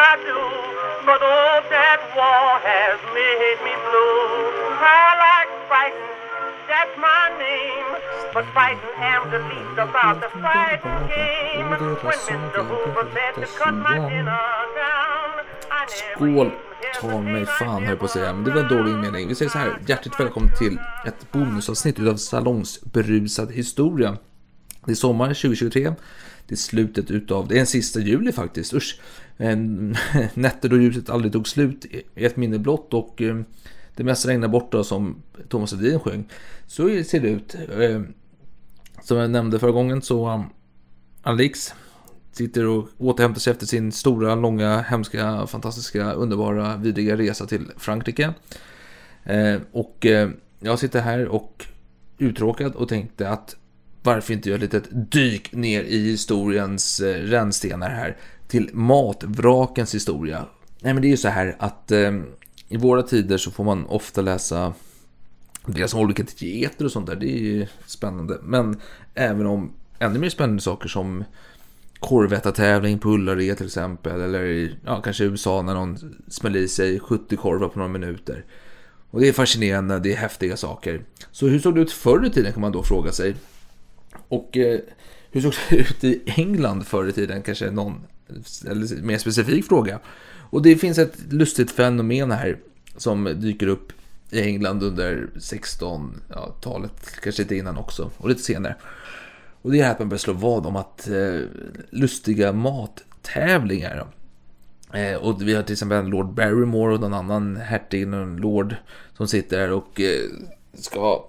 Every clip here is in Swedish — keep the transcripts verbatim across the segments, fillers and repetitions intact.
I do. But oh, that war has made me blue. I like fighting, that's my name. But fighting am the least about the fighting game. When Mister Hoover said to cut my dinner down, I Skål, ta mig fan här på att säga. Men det var en dålig inledning. Vi säger så här, hjärtligt välkommen till ett bonusavsnitt utav Salongsberusad historia. Det är sommar tjugohundratjugotre. Det är slutet utav, det är en sista juli faktiskt. Usch, en, nätter då ljuset aldrig tog slut i ett minne blott. Och eh, det mesta regnar bort då, som Thomas Edin sjöng. Så ser det ut. eh, Som jag nämnde förra gången så um, Alex sitter och återhämtar sig efter sin stora, långa, hemska, fantastiska, underbara, vidriga resa till Frankrike. Eh, och eh, jag sitter här och uttråkad och tänkte att varför inte göra ett litet dyk ner i historiens eh, rännstenar här till matvrakens historia. Nej, men det är ju så här att eh, i våra tider så får man ofta läsa deras olika dieter och sånt där. Det är ju spännande. Men även om ännu mer spännande saker som korvätartävling på Ullared till exempel, eller ja, kanske i U S A när någon smäller i sig sjuttio korvar på några minuter. Och det är fascinerande, det är häftiga saker. Så hur såg det ut förr i tiden, kan man då fråga sig. Och eh, hur såg det ut i England förr i tiden, kanske någon eller mer specifik fråga. Och det finns ett lustigt fenomen här som dyker upp i England under sextonhundratalet, kanske lite innan också, och lite senare. Och det är här att man börjar slå vad om att eh, lustiga mattävlingar. Eh, och vi har till exempel Lord Barrymore och någon annan hertig, någon lord som sitter här och eh, ska...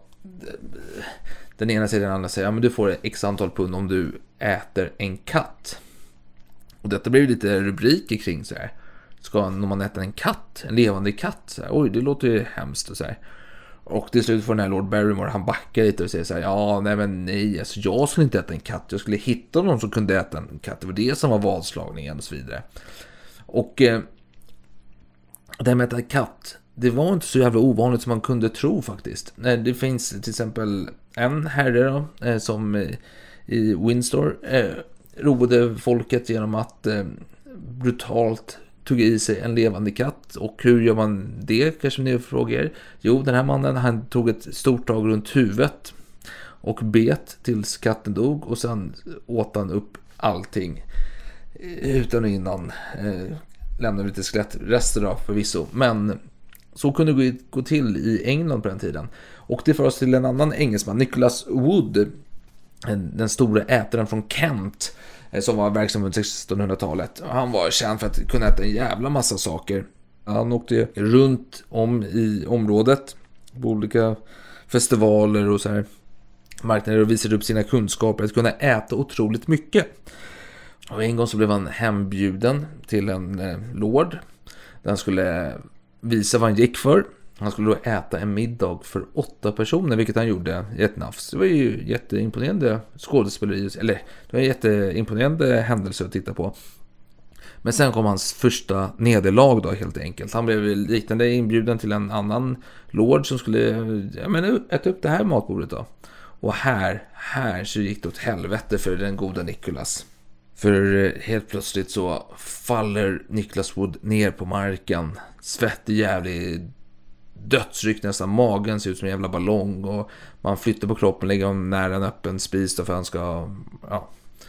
Den ena säger den andra säger, ja men du får x antal pund om du äter en katt. Och detta blir lite rubriker kring så här. Ska när man äter en katt, en levande katt, så här, oj det låter ju hemskt och så här. Och till slut får den här Lord Barrymore, han backar lite och säger så här, ja nej men nej, alltså jag skulle inte äta en katt, jag skulle hitta någon som kunde äta en katt, det var det som var vadslagningen och så vidare. Och eh, det med att äta katt, det var inte så jävla ovanligt som man kunde tro faktiskt. Det finns till exempel en herre då, eh, som eh, i Windsor eh, roade folket genom att eh, brutalt tog i sig en levande katt. Och hur gör man det, kanske ni frågar? Jo, den här mannen, han tog ett stort tag runt huvudet och bet tills katten dog, och sen åt han upp allting utan och innan. Eh, lämnade lite skelettrester då förvisso, men så kunde det gå till i England på den tiden. Och det för oss till en annan engelsman, Nicholas Wood, den stora ätaren från Kent, som var verksam under sextonhundratalet. Han var känd för att kunna äta en jävla massa saker. Han åkte runt om i området på olika festivaler och så här marknader och visade upp sina kunskaper att kunna äta otroligt mycket. Och en gång så blev han hembjuden till en eh, lord. Den skulle visa vad han gick för. Han skulle då äta en middag för åtta personer, vilket han gjorde i ett nafs. Det var ju jätteimponerande skådespeleri, eller det var en jätteimponerande händelse att titta på. Men sen kom hans första nederlag då, helt enkelt. Han blev liknande inbjuden till en annan lord som skulle ja, men, äta upp det här matbordet då. Och här, här så gick det åt helvete för den goda Nicholas. För helt plötsligt så faller Nicholas Wood ner på marken. Svettig, jävlig dödsryck, nästan magen ser ut som en jävla ballong. Och man flyttar på kroppen, lägger honom nära en öppen spis då, för han ska ja,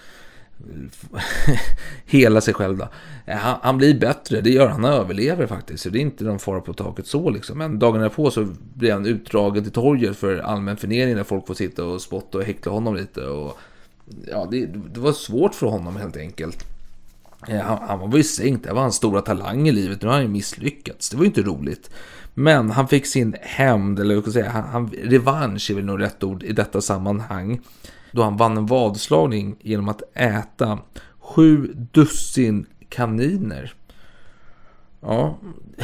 hela sig själv då. Han, han blir bättre, det gör han, han överlever faktiskt. Så det är inte någon fara på taket så liksom. Men dagarna på så blir han utdragen till torget för allmän förnedring, när folk får sitta och spotta och häckla honom lite. Och ja, det, det var svårt för honom helt enkelt. Han, han var ju sänkt, det var hans stora talang i livet. Nu har han ju misslyckats, det var ju inte roligt. Men han fick sin hämnd, eller jag kan säga, han, han, revansch är väl nog rätt ord i detta sammanhang. Då han vann en vadslagning genom att äta sju dussin kaniner. Ja,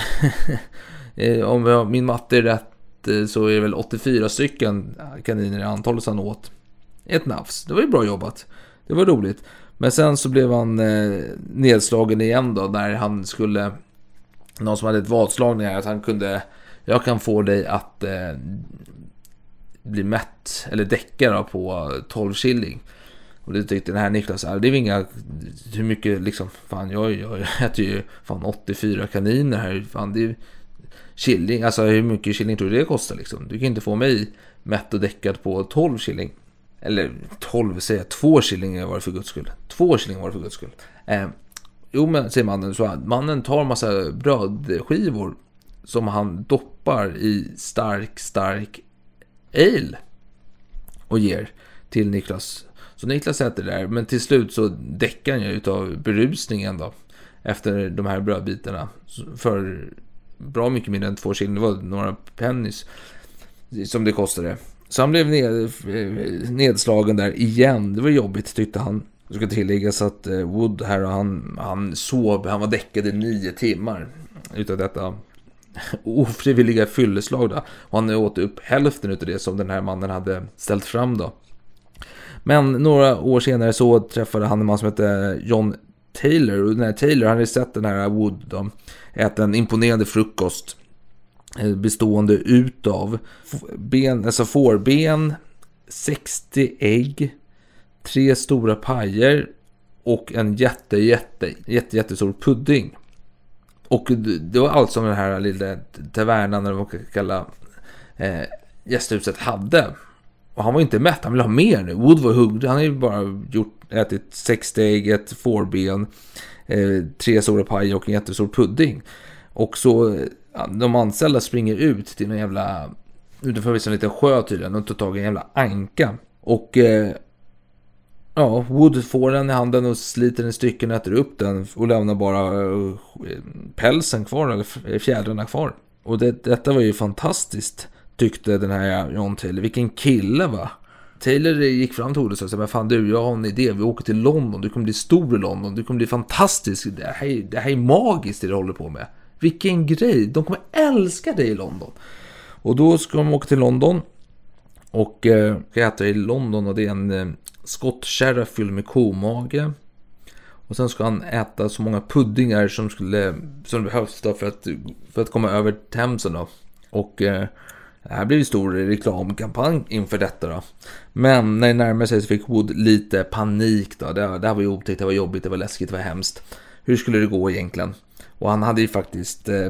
om jag, min matte är rätt så är det väl åttiofyra stycken kaniner i antalet han åt. Ett nafs, det var ju bra jobbat. Det var roligt. Men sen så blev han eh, nedslagen igen då, när han skulle, någon som hade ett vadslagning här, att han kunde, jag kan få dig att eh, bli mätt eller däcka då på tolv shilling. Och det tyckte den här Niklas, det är inga hur mycket liksom, fan jag, jag äter ju fan åttiofyra kaniner här, fan det är killing, alltså hur mycket killing tror du det kostar liksom? Du kan inte få mig mätt och däckad på tolv killing. Eller tolv, säger jag, två killingar var det för guds skull. Två killingar var det för guds skull. Eh, jo men, säger mannen, så mannen tar massa brödskivor som han doppar i stark, stark ale och ger till Niklas. Så Niklas äter det där, men till slut så däckar han ju utav berusningen då, efter de här brödbitarna. För bra mycket mindre än två killing, det var några pennies som det kostade. Så han blev ned, nedslagen där igen. Det var jobbigt tyckte han. Jag ska tillägga så att Wood här, han, han sov, han var däckad i nio timmar utav detta ofrivilliga fylleslag då. Och han åt upp hälften utav det som den här mannen hade ställt fram då. Men några år senare så träffade han en man som hette John Taylor. Och den här Taylor, han hade sett den här Wood då äta en imponerande frukost bestående utav ben, alltså fårben, sextio ägg, tre stora pajer och en jätte, jätte, jätte, jättestor pudding. Och det var allt som den här lilla tavernan, eller vad man kan kalla eh, gästhuset, hade. Och han var inte mätt, han ville ha mer nu. Wood var hungrig, han hade ju bara gjort, ätit sextio ägg, ett fårben, eh, tre stora pajer och en jättestor pudding. Och så de anställda springer ut till en jävla, utanför en liten sjö tydligen, och tar tag i en jävla anka. Och eh, ja, Wood får den i handen och sliter den i stycken, äter upp den och lämnar bara eh, pälsen kvar, eller fjädrarna kvar. Och det, detta var ju fantastiskt, tyckte den här John Taylor. Vilken kille, va? Taylor gick fram till Wood och sa, men fan du, jag har en idé, vi åker till London, du kommer bli stor i London, du kommer bli fantastisk, det här, det här är magiskt det du håller på med. Vilken grej, de kommer älska dig i London. Och då ska de åka till London och eh, ska äta i London, och det är en eh, skottkärra fylld med komage. Och sen ska han äta så många puddingar som skulle som behövs då för att för att komma över Themsen då. Och eh, det här blev en stor reklamkampanj inför detta då. Men när det närmade sig så fick Wood lite panik då. Det, det här var ju otäckt, det var jobbigt, det var läskigt, det var hemskt. Hur skulle det gå egentligen? Och han hade ju faktiskt eh,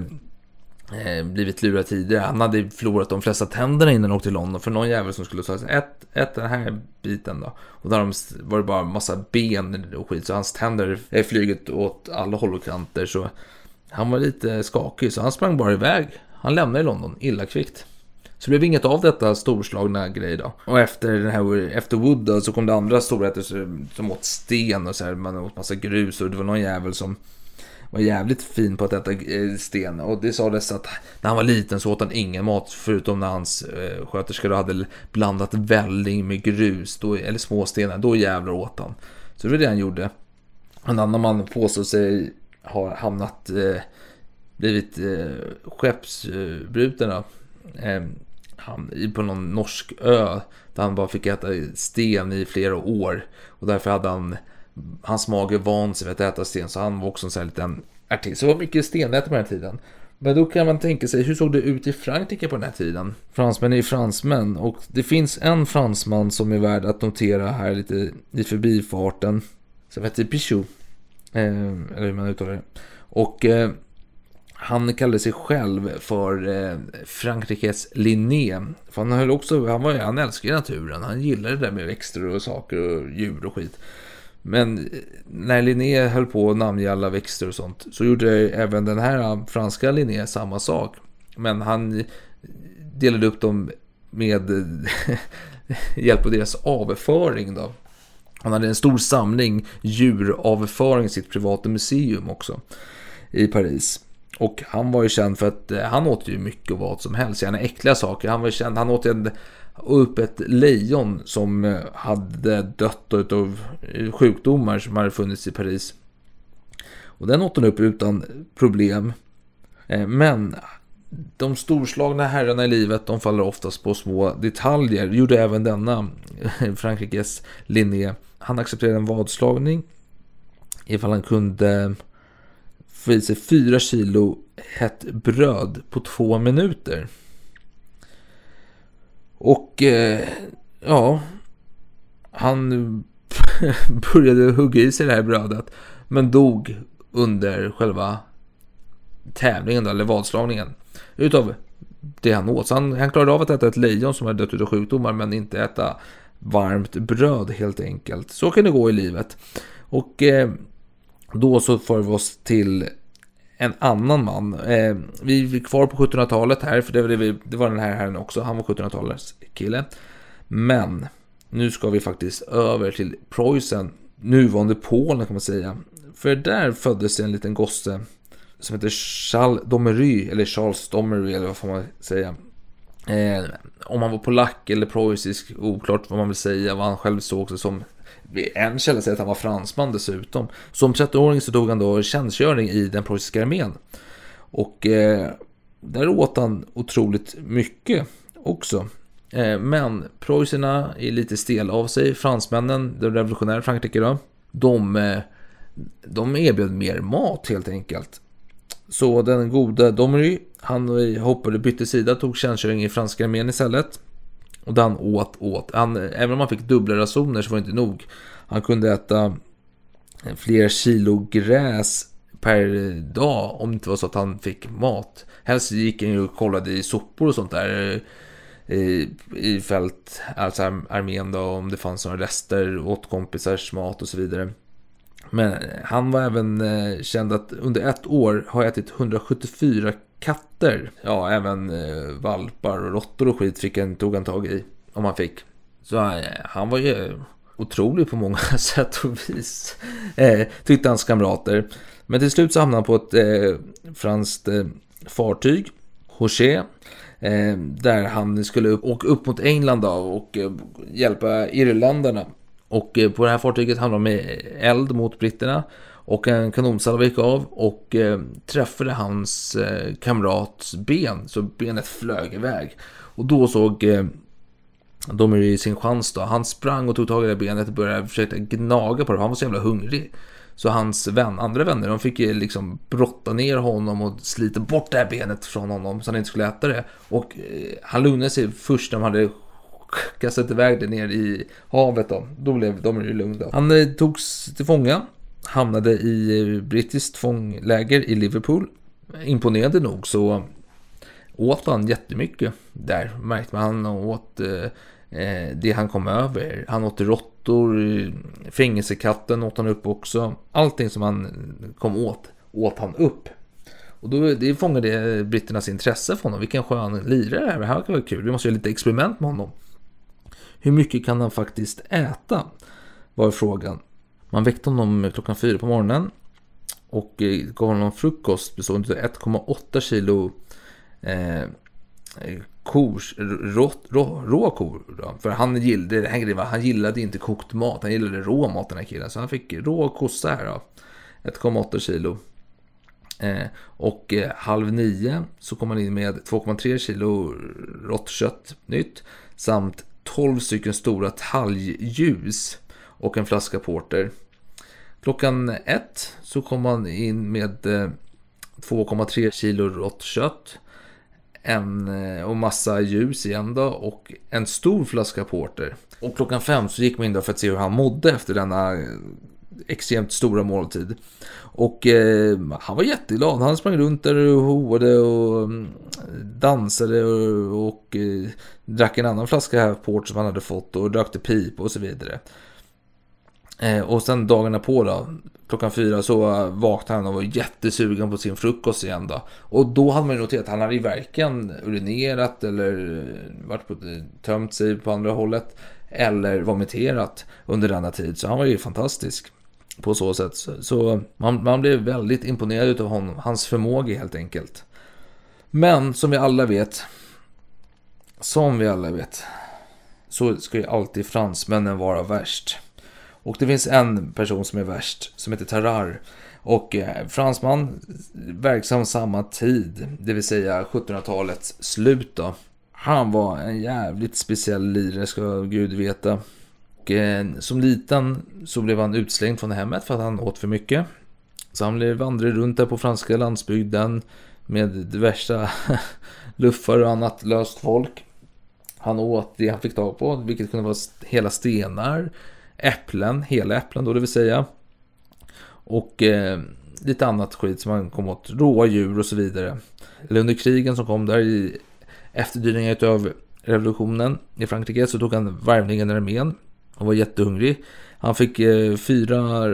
blivit lurad tidigare. Han hade förlorat de flesta tänderna innan han åkte till London. För någon jävel som skulle säga ett, ett den här biten då. Och där var det bara en massa ben och skit. Så hans tänder är flyget åt alla håll och kanter. Så han var lite skakig. Så han sprang bara iväg. Han lämnade London illa kvickt. Så det blev inget av detta storslagna grej då. Och efter den här, efter Wood då, så kom det andra storheter som åt sten och så här. Man åt massa grus, och det var någon jävel som var jävligt fin på att äta sten. Och det sades att när han var liten så åt han ingen mat, förutom när hans eh, sköterska hade blandat välling med grus då, eller små stenar. Då jävlar åt han. Så det var det han gjorde. En annan man påstår sig har hamnat eh, blivit eh, skeppsbruten eh, han, på någon norsk ö där han bara fick äta sten i flera år. Och därför hade han hans mage van sig vid att äta sten, så han var också en sån här liten artist. Så det var mycket stenätare på den här tiden. Men då kan man tänka sig, hur såg det ut i Frankrike på den här tiden? Fransmän är ju fransmän, och det finns en fransman som är värd att notera här lite i förbifarten, som heter Pichot, eh, eller hur man uttalar det. Och eh, han kallade sig själv för eh, Frankrikes Linné. För han höll också, han var han älskade naturen. Han gillade det där med växter och saker och djur och skit. Men när Linné höll på att namnge alla växter och sånt, så gjorde även den här franska Linné samma sak. Men han delade upp dem med hjälp av deras avföring då. Han hade en stor samling djuravföring i sitt privata museum också i Paris. Och han var ju känd för att han åt ju mycket och vad som helst, gärna äckliga saker. Han var känd, han åt en upp ett lejon som hade dött av sjukdomar som hade funnits i Paris. Och den åt han upp utan problem. Men de storslagna herrarna i livet, de faller oftast på små detaljer. Det gjorde även denna Frankrikes Linné. Han accepterade en vadslagning ifall han kunde få i sig fyra kilo hett bröd på två minuter. Och eh, ja, han började hugga i sig det här brödet, men dog under själva tävlingen då, eller vadslagningen, utav det han åt. Så han, han klarade av att äta ett lejon som hade dött utav sjukdomar, men inte äta varmt bröd helt enkelt. Så kan det gå i livet. Och eh, då så får vi oss till en annan man. Eh, vi är kvar på sjuttonhundratalet här, för det var, det, vi, det var den här herren också. Han var sjuttonhundratalets kille. Men nu ska vi faktiskt över till Preussen, nuvarande Polen kan man säga. För där föddes en liten gosse som heter Charles Domery, eller Charles Domery, eller vad får man säga. Eh, om han var polack eller preussisk, oklart vad man vill säga, vad han själv såg sig som. En källa säger att han var fransman dessutom. Som tretton-åring så tog han då tjänstgöring i den preussiska armén. Och eh, där åt han otroligt mycket också. Eh, men preussarna är lite stel av sig. Fransmännen, det revolutionära Frankrike då, de, eh, de erbjöd mer mat helt enkelt. Så den goda Domery, han hoppade, bytte sida, tog tjänstgöring i franska armén istället. Och där han åt, åt. Han, även om han fick dubbla rationer så var det inte nog. Han kunde äta flera kilo gräs per dag om det inte var så att han fick mat. Helst gick han ju och kollade i sopor och sånt där i, i fält, alltså armén då, om det fanns några rester åt kompisars mat och så vidare. Men han var även eh, känd att under ett år har ätit hundrasjuttiofyra katter. Ja, även eh, valpar och råttor och skit fick han, tog han tag i, om han fick. Så eh, han var ju otrolig på många sätt och vis, eh, tyckte hans kamrater. Men till slut så hamnade han på ett eh, franskt eh, fartyg, Rocher, eh, där han skulle upp, åka upp mot England då, och eh, hjälpa irländarna. Och på det här fartyget hamnade med eld mot britterna, och en kanonsalva gick av och eh, träffade hans eh, kamrats ben, så benet flög iväg. Och då såg eh, de är i sin chans då. Han sprang och tog tag i det benet och började försöka gnaga på det. Han var så jävla hungrig. Så hans vän, andra vänner, de fick liksom brotta ner honom och slita bort det här benet från honom så han inte skulle äta det. Och eh, han lugnade sig först när de hade kastat iväg det ner i havet då. Då blev de ju lugna. Han eh, togs till fånga, hamnade i eh, brittiskt fångläger i Liverpool. Imponerande nog så åt han jättemycket där. Märkte man, han åt eh, det han kom över. Han åt råttor, fängelsekatten åt han upp också. Allting som han kom åt, åt han upp. Och då, det fångade britternas intresse för honom. Vilken skön lirare det här. Det här kan vara kul. Vi måste göra lite experiment med honom. Hur mycket kan han faktiskt äta? Var frågan. Man väckte honom klockan fyra på morgonen och gav honom frukost bestående av ett komma åtta kilo eh, kors, rå, rå, rå kor då. För han gillade, han, han gillade inte kokt mat. Han gillade rå mat, den här killen. Så han fick rå kossa här då. ett komma åtta kilo. Eh, och eh, halv nio så kom han in med två komma tre kilo rått kött nytt samt tolv stycken stora talgljus och en flaska porter. Klockan ett så kom han in med eh, två komma tre kilo rått kött, en eh, och massa ljus igen då, och en stor flaska porter. Och klockan fem så gick man in då för att se hur han mådde efter denna eh, extremt stora måltid. Och eh, han var jätteglad. Han sprang runt där och hoade och mm, dansade och, och eh, drack en annan flaska här port som han hade fått och rökte pip och så vidare. Eh, och sen dagarna på då, klockan fyra så vaknade han och var jättesugen på sin frukost igen då. Och då hade man noterat att han hade i verken urinerat eller varit på, tömt sig på andra hållet eller vomiterat under denna tid. Så han var ju fantastisk på så sätt. Så, så man, man blev väldigt imponerad av honom, hans förmåga helt enkelt. Men som vi alla vet, som vi alla vet, så ska ju alltid fransmännen vara värst. Och det finns en person som är värst, som heter Tarare. Och eh, fransman, verksam samma tid, det vill säga sjuttonhundratalets slut då. Han var en jävligt speciell lirare, ska Gud veta. Och, eh, som liten så blev han utslängd från hemmet för att han åt för mycket. Så han blev vandrad runt där på franska landsbygden med diverse luffar och annat löst folk. Han åt det han fick tag på, vilket kunde vara hela stenar, äpplen, hela äpplen då det vill säga. Och eh, lite annat skit som man kom åt, råa djur och så vidare. Eller under krigen som kom där i efterdyningar utav revolutionen i Frankrike så tog han värvningen i armén och var jättehungrig. Han fick eh, fyra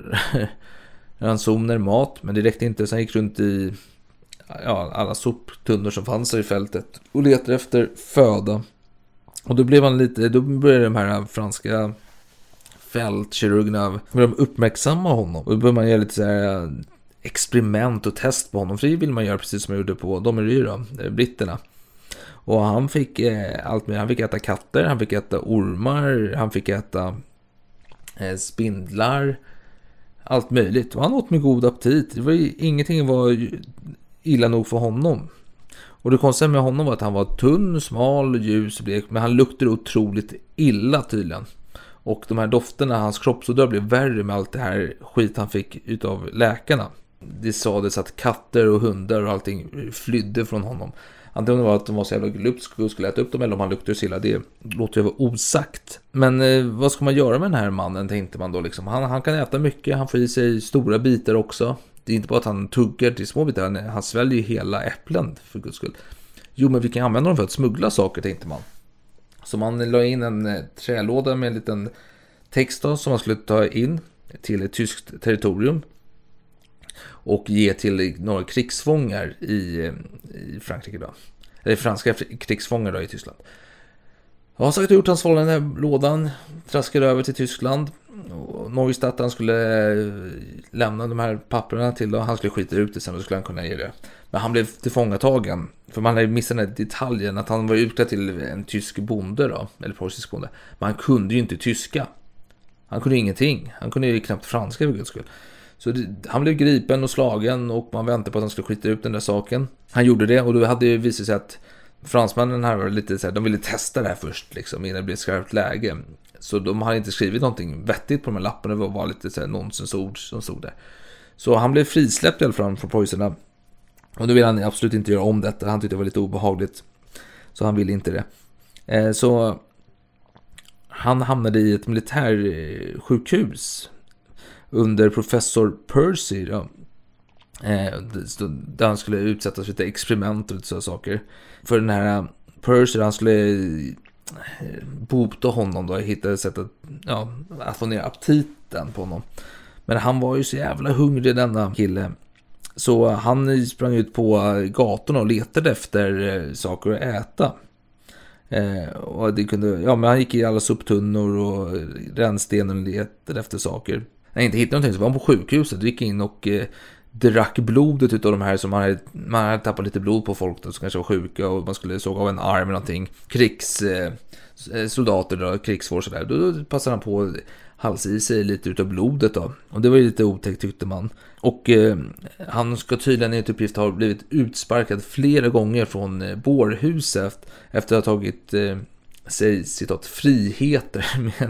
ransoner mat, men det räckte inte, så han gick runt i ja, alla soptunnor som fanns i fältet och letade efter föda. Och då blev han lite, då började de här franska fältkirurgerna uppmärksamma honom. Och då började man göra lite så här experiment och test på honom. För det vill man göra precis som man gjorde på de är ju då, britterna. Och han fick eh, allt med, han fick äta katter, han fick äta ormar, han fick äta eh, spindlar, allt möjligt. Och han åt med god aptit. Det var ju, ingenting var illa nog för honom. Och det konstiga med honom var att han var tunn, smal, ljus, blek, men han luktade otroligt illa tydligen. Och de här dofterna, hans kroppsodör blev värre med allt det här skit han fick utav läkarna. Det sades att katter och hundar och allting flydde från honom. Antingen var att de var så jävla glupska och skulle äta upp dem, eller om han luktade så illa, det låter ju vara osagt. Men eh, vad ska man göra med den här mannen, tänkte man då liksom. Han, han kan äta mycket, han får i sig stora bitar också. Det är inte bara att han tuggar till små bitar, han, han sväljer hela äpplen för guds skull. Jo, men vi kan använda dem för att smuggla saker, tänkte man. Så man la in en eh, trälåda med en liten text då, som man skulle ta in till ett tyskt territorium och ge till några krigsfångar i, i Frankrike då. Eller franska krigsfångar då i Tyskland. Jag har sagt gjort, han svalde den här lådan, traskade över till Tyskland. Neustadt, han skulle lämna de här papperna till då. Han skulle skita ut det sen och skulle han kunna ge det. Men han blev tillfångatagen. För man hade missat den här detaljen att han var utklädd till en tysk bonde då. Eller persisk bonde. Men han kunde ju inte tyska. Han kunde ingenting. Han kunde ju knappt franska för guds skull. Så det, han blev gripen och slagen och man väntade på att han skulle skita ut den där saken. Han gjorde det och då hade det visat sig att fransmännen här var lite så här, de ville testa det här först liksom innan det blev skarpt läge. Så de hade inte skrivit någonting vettigt på de här lapparna, det var bara lite så här nonsensord som stod där. Så han blev frisläppt i alla fall från preussarna. Och då ville han absolut inte göra om detta, han tyckte det var lite obehagligt. Så han ville inte det. Eh, så han hamnade i ett militärsjukhus under professor Percy då, eh, där han skulle utsättas för lite experiment och sådana saker. För den här Percy, han skulle bota honom då, hittade ett sätt att, ja, att få ner aptiten på honom. Men han var ju så jävla hungrig, denna kille. Så han sprang ut på gatorna och letade efter eh, saker att äta. Eh, och det kunde, ja, men han gick i alla soptunnor och rännstenen och letade efter saker. När han inte hittade någonting så var han på sjukhuset, gick in och eh, drack blodet utav de här som man hade, man hade tappat lite blod på folk då, som kanske var sjuka och man skulle såga av en arm eller någonting. Krigs eh, soldater då, krigsvår sådär. Då, då passade han på hals i sig lite utav blodet då. Och det var ju lite otäckt, tyckte man. Och eh, han ska tydligen enligt uppgift ha blivit utsparkad flera gånger från eh, bårhuset efter att ha tagit eh, sig citat friheter med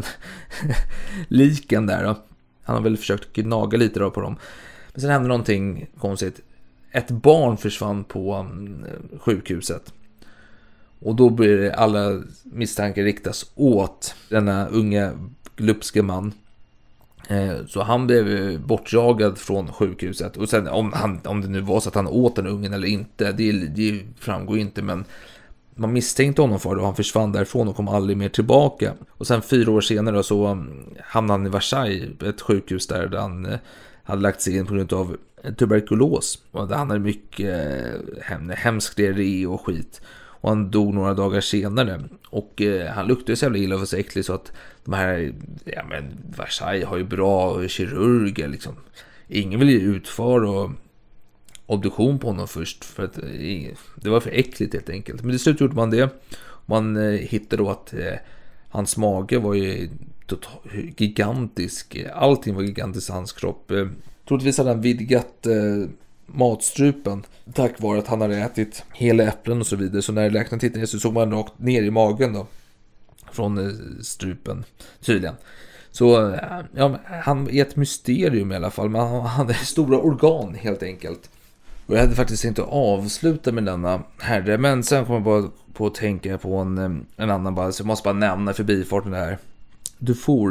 liken där då. Han har väl försökt gnaga lite då på dem. Men sen hände någonting konstigt. Ett barn försvann på um, sjukhuset. Och då blir alla misstankar riktas åt denna unga glupske man. Eh, så han blev bortjagad från sjukhuset. Och sen om, han, om det nu var så att han åt den ungen eller inte, det, det framgår inte, men man misstänkte honom för det och han försvann därifrån och kom aldrig mer tillbaka. Och sen fyra år senare så um, hamnade han i Versailles, ett sjukhus där, där han uh, hade lagt sig in på grund av tuberkulos. Och där han hade mycket uh, hemsk diarré och skit. Och han dog några dagar senare. Och uh, han luktade så jävla illa och var så äcklig så att de här, ja men Versailles har ju bra kirurger liksom. Ingen vill ju utföra och obduktion på honom först för att det var för äckligt helt enkelt. Men till slut gjorde man det. Man eh, hittade då att eh, hans mage var ju total, gigantisk. Allting var gigantiskt i hans kropp. Eh, troligtvis hade han vidgat eh, matstrupen tack vare att han hade ätit hela äpplen och så vidare. Så när läkaren tittade så såg man rakt ner i magen då. Från eh, strupen tydligen. Så eh, ja, han är ett mysterium i alla fall. Men han hade stora organ helt enkelt. Och jag hade faktiskt inte avslutat med denna herre. Men sen kom jag bara på att tänka på en, en annan bara. Så jag måste bara nämna förbifarten där. Dufour.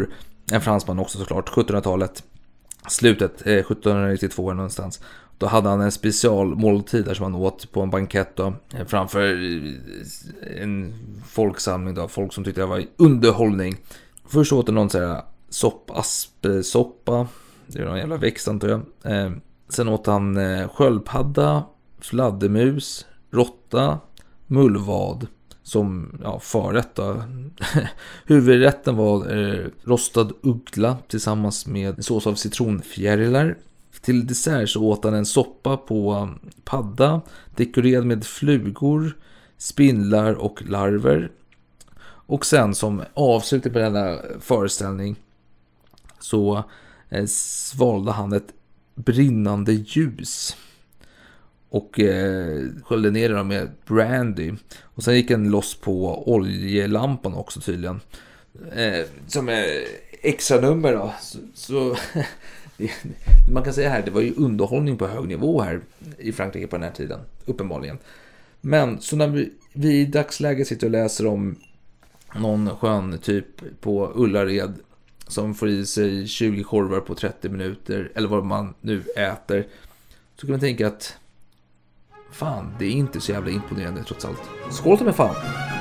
en fransman också såklart, sjuttonhundratalet, slutet, eh, sjuttonhundranittiotvå någonstans. Då hade han en specialmåltid där som han åt på en bankett då, framför en folksamling då, folk som tyckte det var underhållning. Först åt någon sån här sopp, aspsoppa, det är någon jävla växt antar jag. Eh, sen åt han eh, sköldpadda, fladdermus, råtta, mullvad som ja, förrätt då. Huvudrätten var eh, rostad uggla tillsammans med sås av citronfjärilar. Till dessert så åt han en soppa på padda, dekorerad med flugor, spindlar och larver. Och sen som avslutning på denna föreställning så eh, svalde han ett brinnande ljus. Och eh, sköljde ner dem med brandy. Och sen gick han loss på oljelampan också tydligen. Eh, som är extra nummer då. Så... så man kan säga här, det var ju underhållning på hög nivå här i Frankrike på den här tiden, uppenbarligen. Men så när vi, vi i dagsläget sitter och läser om någon skön typ på Ullared som får i sig tjugo korvar på trettio minuter, eller vad man nu äter, så kan man tänka att fan, det är inte så jävla imponerande trots allt. Skål till mig fan!